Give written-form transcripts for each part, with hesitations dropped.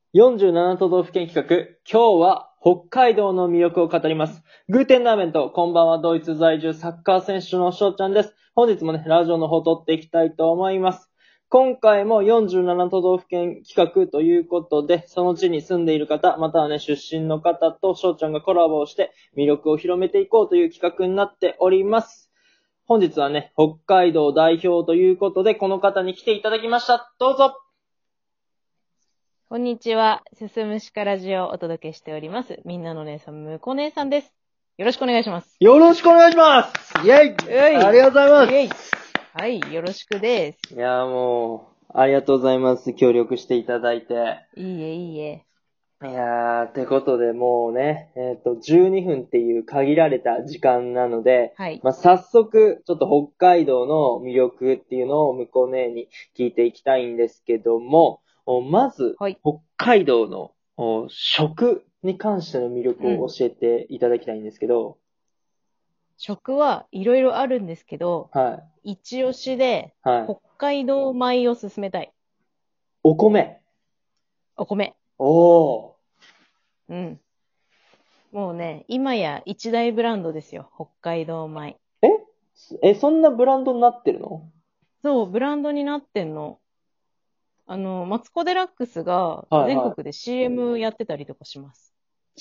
47都道府県企画、今日は北海道の魅力を語ります。グーテンラーメンと、こんばんはドイツ在住サッカー選手の翔ちゃんです。本日もね、ラジオの方撮っていきたいと思います。今回も47都道府県企画ということで、その地に住んでいる方、またはね、出身の方と翔ちゃんがコラボをして魅力を広めていこうという企画になっております。本日はね、北海道代表ということで、この方に来ていただきました。どうぞ。 こんにちは。すすむしかラジオをお届けしております。みんなの姉さん、むこ姉さんです。よろしくお願いします。 よろしくお願いしますイェイありがとうございますイェイはい、よろしくです。 いやもう、ありがとうございます。協力していただいて。 いいえ、いいえ。 いやてことでもうね、12分っていう限られた時間なので、 はい。 早速、ちょっと北海道の魅力っていうのを向こう姉に聞いていきたいんですけども、まず、 はい。 北海道の食に関しての魅力を教えていただきたいんですけど、 食はいろいろあるんですけど、 は一押しで、 い。はい。 北海道米を勧めたい。 お米。 お米。 おー。 うん。もうね、今や一大ブランドですよ。北海道米。 そんなブランドになってるの？ そう、ブランドになってんの。マツコ・デラックスがはいはい。 全国で CM やってたりとかします。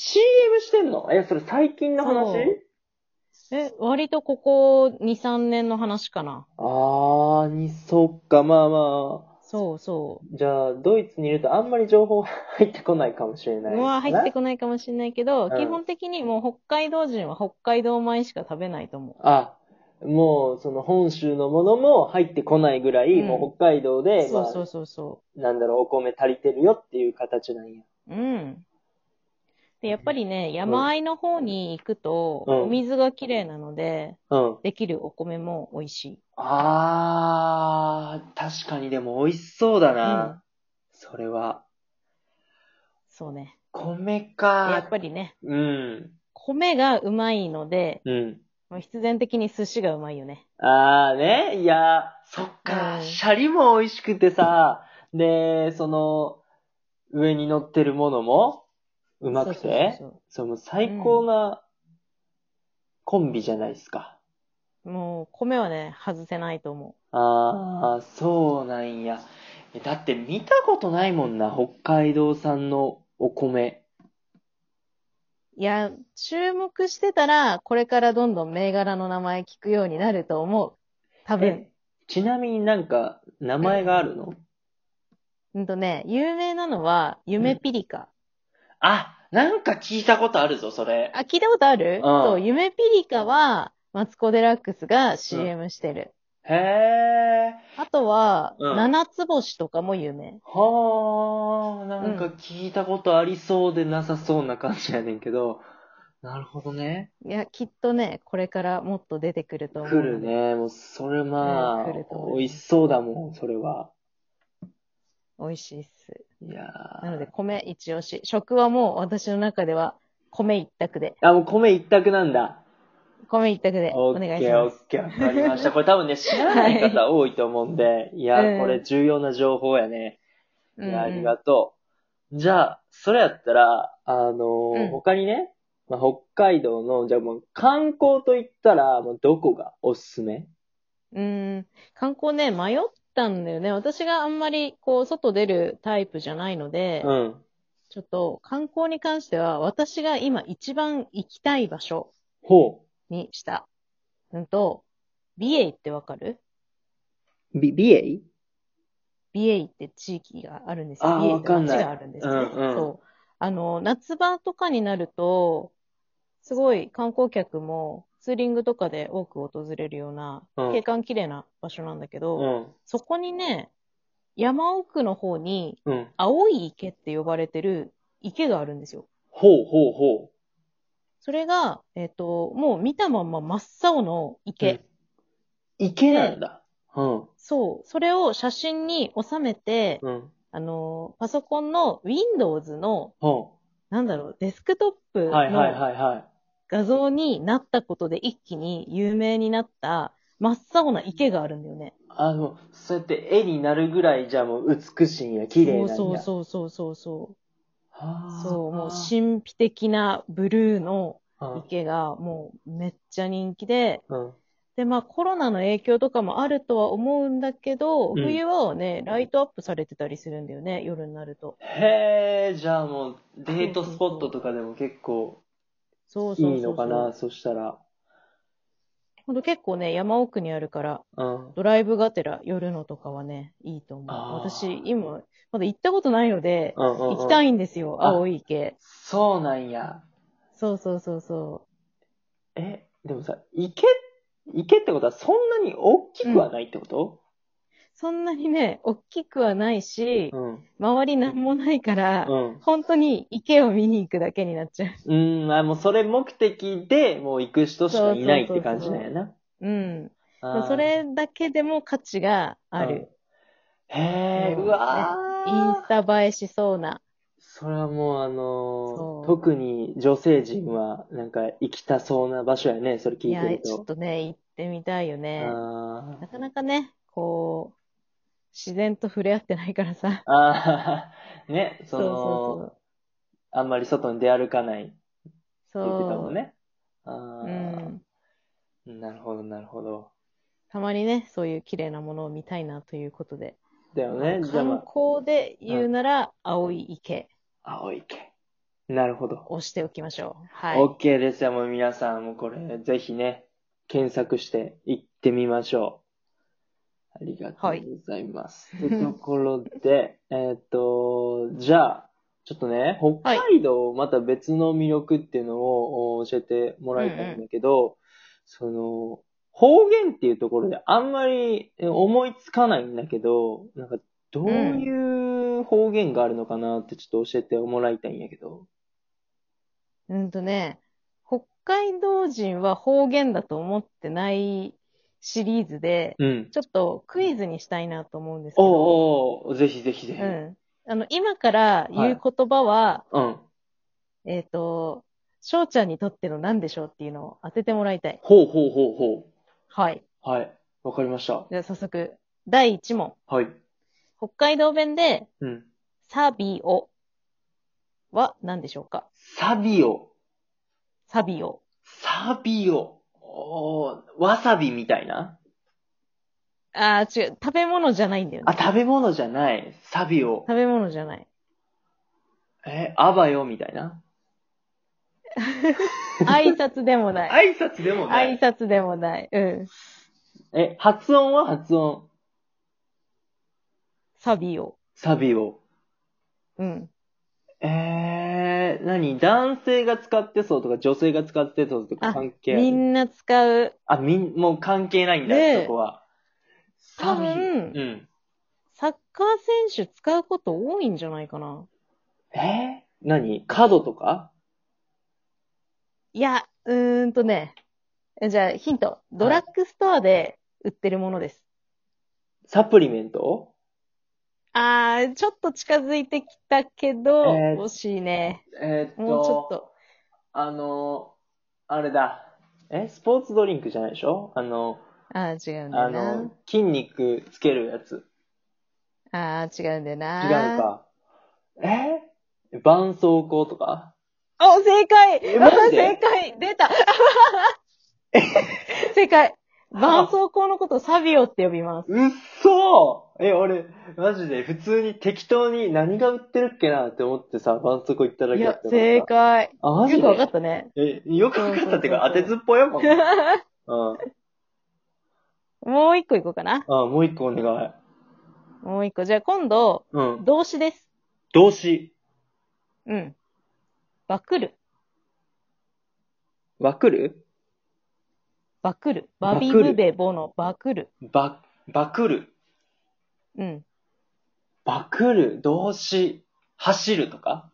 CM してんの？それ最近の話？ そう。割とここ2、3年の話かな。 そっか、まあまあ。 そうそじゃあ、ドイツにいるとあんまり情報入ってこないかもしれなう。 いかな。 入ってこないかもしれないけど、基うん。 本的にもう北海道人は北海道米しか食べないと思もう、その本州のものも入ってこないぐらう。 い、 うん。 もう北海道で、 そうそうそうそお米足りてるよっていう形なんや。 う。うん。で、やっぱりね、 うん。 山あいの方に行くと、おうん。 水がきれいなので、 うん。 できるお米も美味しい。 確かにでも美味しそうだうん。 な。それは。 そうね。 米で、やっか。 ぱりね、 うん。 米がうまいので、 うん。 もう必然的に寿司がうまいよね。 いや、そっうか、 ん。 シャリも美味しくてさ、で、その、上に乗ってるものも、うまそうそうそうそくて、 う。 そのう最高ん。 なコンビじゃないですか。 もう、米はね、外せないと思そうなんや。だって見たことないもんな、北海道産のお米。 う。いや、注目してたら、これからどんどん銘柄の名前聞くようになると思う。多分。 ちなみに名前があるの？ 有名なのは、夢うん。 ピリカ。 なんか聞いたことあるぞ、それ。 聞いたことあうる？そう、 ん。 夢ピリカは、マツコ・デラックスがうん。 CM してる。 へえ。 あとは、 うん。 七つ星とかも有名。 なんかうん。 聞いたことありそうでなさそうな感じやねんけど。なるほどね。 いや、きっとね、これからもっと出てくると来思うので。 るね。もう、それ来ると思い美味します。 そうだもん、それは。 美味しいっす。 いやなので、米一押し。食はもう私の中では米一択で。 もう米一択なんだ。 米一択でおオッケー、オッ願いします。 ケー、わかりました。これ多分ね、知らないはい。 方多いと思うんで、いや、これうん。 重要な情報やね。 うんいや、ありうん。 がとう。じゃあ、それやったら、 うん。 他にね、北海道の、じゃあもう観光といったら、もうどこがおすすめ？ 観光ね、迷ったんだよね。私があんまり、こう、外出るタイプじゃないので、 うん。 ちょっと、観光に関しては、私が今一番行きたい場所ほにした。美瑛ってわかる？ 美瑛？ 美瑛って地域があるんですよ。美瑛っわて街かんない。 があるんでうすね。 んうん。 そう。夏場とかになると、すごい観光客もツーリングとかで多く訪れるようなうん。 景観綺麗な場所なんだけど、 うん。 そこにね、山奥の方にうん。 青い池って呼ばれてる池があるんですよ。 ほうほうほそれが、もう見たまんま真っ青のう。うん。 池。 池なんで、 だ。うん。 そう、それを写真に収めて、 うん。 パソコンの Windows の、 ほデスクトッう。はいはいプのはいはい。 画像になったことで一気に有名になった真っ青な池があるんだよね。 そうやって絵になるぐらいじゃあもう美しいんや、綺麗そうなんや。 そうそうそうそうそう。 そう、もう神秘的なブルーのうん。 池がもうめっちゃ人気で、 うん。 で、まあコロナの影響とかもあるとは思うんだけど、 うん冬はね、ライトアップされてたりするんだよね、夜になると。 へえ、じゃあもうデートそうそうそうスポットとかでも結構いいそうそうそうのかな、 そう。 そしたら。 ほんと結構ね、山奥にあるから、 うん。 ドライブがてら夜のとかはね、いいと思う。私、 あ今、まだ行ったことないので、 あ。うんうんうん。 行きたいんですよ、青あ、 い池。 そうなんや。 そうそうそうそでもさ、池ってことはそんなに大きう。うん。 くはないってこと？ そんなにね、大きくはないし、 うん。 周りなんもないから、 うん。 本当に池を見に行くだけになっちゃう。 もうそれ目的でもう行く人しかいなそうそうそういって感じなんそやな。 う。うん。そあれだけでも価値があ。うん。 ある。 へえ、うもうね、インスわー。 タ映えしそうな。 それはもうそ特に女性陣はなんか行きたそうな場所やね、それう。い聞いてや、ちょっると。 とね、行ってみたいよね。 あなかなかね、自然と触れ合ってないからさ。 あ。ああ。ね、 そうそうそう。 あんまり外に出歩かないって言ってたもんそね。 う。うあん。 あ。なるほど、なるほど。 たまにね、そういう綺麗なものを見たいなということで。まあ、 だよね。じゃあ観ま光であ、うん。 言うなら、青い池青池。なるほど。 をしておきましょう。はい。 OK ですよ。もう皆さんもこれ、ぜひね、検索して行ってみましょう。ありがとうはい。 ございます。ってところで、じゃあ、ちょっとね、北はい。 海道また別の魅力っていうのを教えてもうんうらいたいんだん。 けど、方言っていうところであんまり思いつかないんだけど、なんかどううん。 いう方言があるのかなってちょっと教えてもらいたいんやけど。 ね、北海道人は方言だと思ってないシリーズで、 うん。 ちょっとクイズにしたいなと思うんですけど、 おうおう、ぜひぜひぜひ。 うん。今からはい。 言う言葉は、 うん。 翔ちゃんにとっての何でしょうっていうのを当ててもらいたい。 ほうほうほうほはい。 う。はい。わかりました。 じゃあ早速、第1問。 はい。 北海道弁で、 うん。 サビオは何でしょうか？ サビオ。 サビオ。 サビオ。わさびみたいな。 あー、違う。食べ物じゃないんだよあ、 ね。 食べ物じゃない。サビオ。 食べ物じゃない。 あばよみたいな。 挨拶でもない。 挨拶でもない。 挨拶でもない。うん。 発音は発音。 サビオ。 サビオ。 うん。 何男性が使ってそうとか女性が使ってそうとかあ、 関係ある？ みんな使う。 もう関係ないんだ、そこで、 は。 多サビ分、 オ。うん。 サッカー選手使うこと多いんじゃないかな。 何角とか？ いや、じゃあヒント。ドはい。 ラッグストアで売ってるものです。 サプリメント？ ちょっと近づいてきたけど、 え惜しいね。 ー、えーっもうちょっと、 と。 あの、あれだ。スポーツドリンクじゃないでしょ？ 違うんだよな。 筋肉つけるやつ。 違うんだよ違うな。 か。絆創膏とか？ お、正解マジで？ 正解出た正解絆創膏のことをサビオって呼びます。 うっそー俺、マジで普通に適当に何が売ってるっけなって思ってさ、絆創膏行っただいや、 けだったから正さ。 解。 あ、マジで？ よくわかったね。 よくわかったっていうか、 そうそうそうそう当てずっぽよ、もん。うん。 もう一個いこうかな。 もう一個お願い。 もう一個。じゃあ今度、 うん。 動詞です。 動詞。 うん。バクる。 わくる？ バクる。バビバクる。 ブベボのバクる。 ばくる。 うん。 ばくる。動詞。走るとか？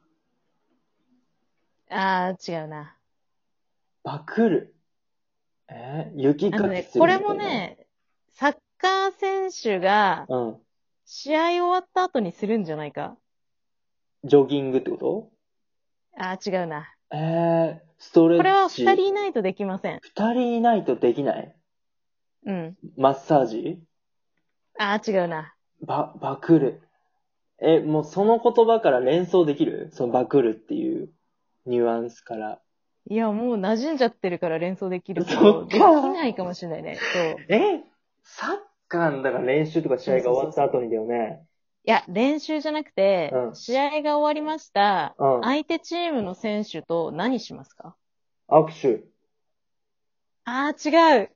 違うな。 ばくる。雪かきするこれみたいな。 もね、サッカー選手がうん。 試合終わった後にするんじゃないか？ ジョギングってこ違うな。 と？ストレこれはッチ。 二人いないとできません。 二人いないとできない？ うん。 マッサージ？ 違うな。 ばくる。 もうその言葉から連想できる？そのバクるっていうニュアンスから。 いや、もう馴染んじゃってるから連想できるけそど、 っかできないかもしれないね。そう。 サッカーのだから練習とか試合が終わった後にだよね。 いや、練習じゃなくて、 うん。 試合が終わりました。 うん。 相手チームの選手と何しますか？ 握手。 あー、違う。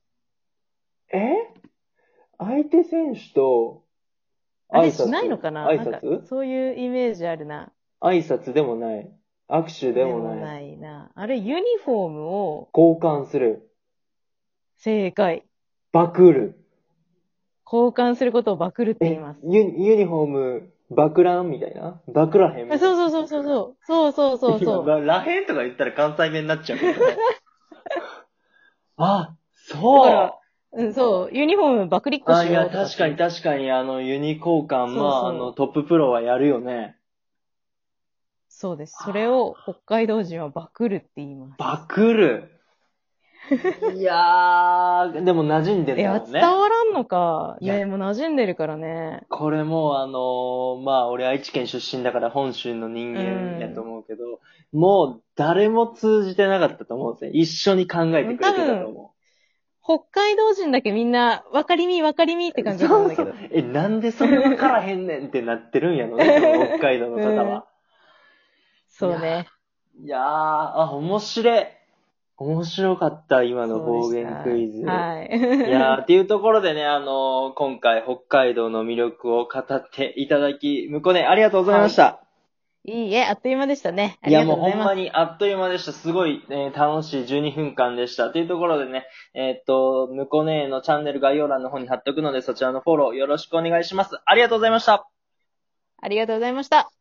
相手選手とあれ、 挨拶。 しないのかな？ 挨なんか、 拶そういうイメージあるな。 挨拶でもない。握手ででももない。 ないな。あれ、ユニフォームを、 交換する。 正解。 バクる。 交換することをバクるって言います。 ユニフォーム、バクらんみたいなバクらへんみたいな。 そうそうそうそうそう。そうそうそうそう。 らへんとか言ったら関西弁になっちゃうけど。あ、 だから、 そう。 そう、ユニフォームバクリっこあ、いや、 しようとかっ確かにていう。 確かに、ユニ交換、 そうそう。 トッププロはやるよね。 そうです。それを北海道人はバクるって言います。 バクる。いやー、でも馴染んでんだよ伝ね。 わらんのか。 いやね、もう馴染んでるからね。 これも俺愛知県出身だから本州の人間やと思うけど、もう誰も通じてなかったと思うんですね。一緒に考えてくれてたと思北海道人だけみんな、わかりみってう。 感じだと思うんだけど。 なんでそれ分からへんねんってなってるんやろね、その北海道の方は。 そうね。 いやー、面白い。面白かった、今の方言クイズ。 はい。 いやー、っていうところでね、今回北海道の魅力を語っていただき、向こうね、ありがとうございました。 いいえ、あっという間でしたね。あいや、 りがともうほんまうございます。 にあっという間でした。すごい、楽しい12分間でした。というところでね、向こうねのチャンネル概要欄の方に貼っておくので、そちらのフォローよろしくお願いします。ありがとうございました。 ありがとうございました。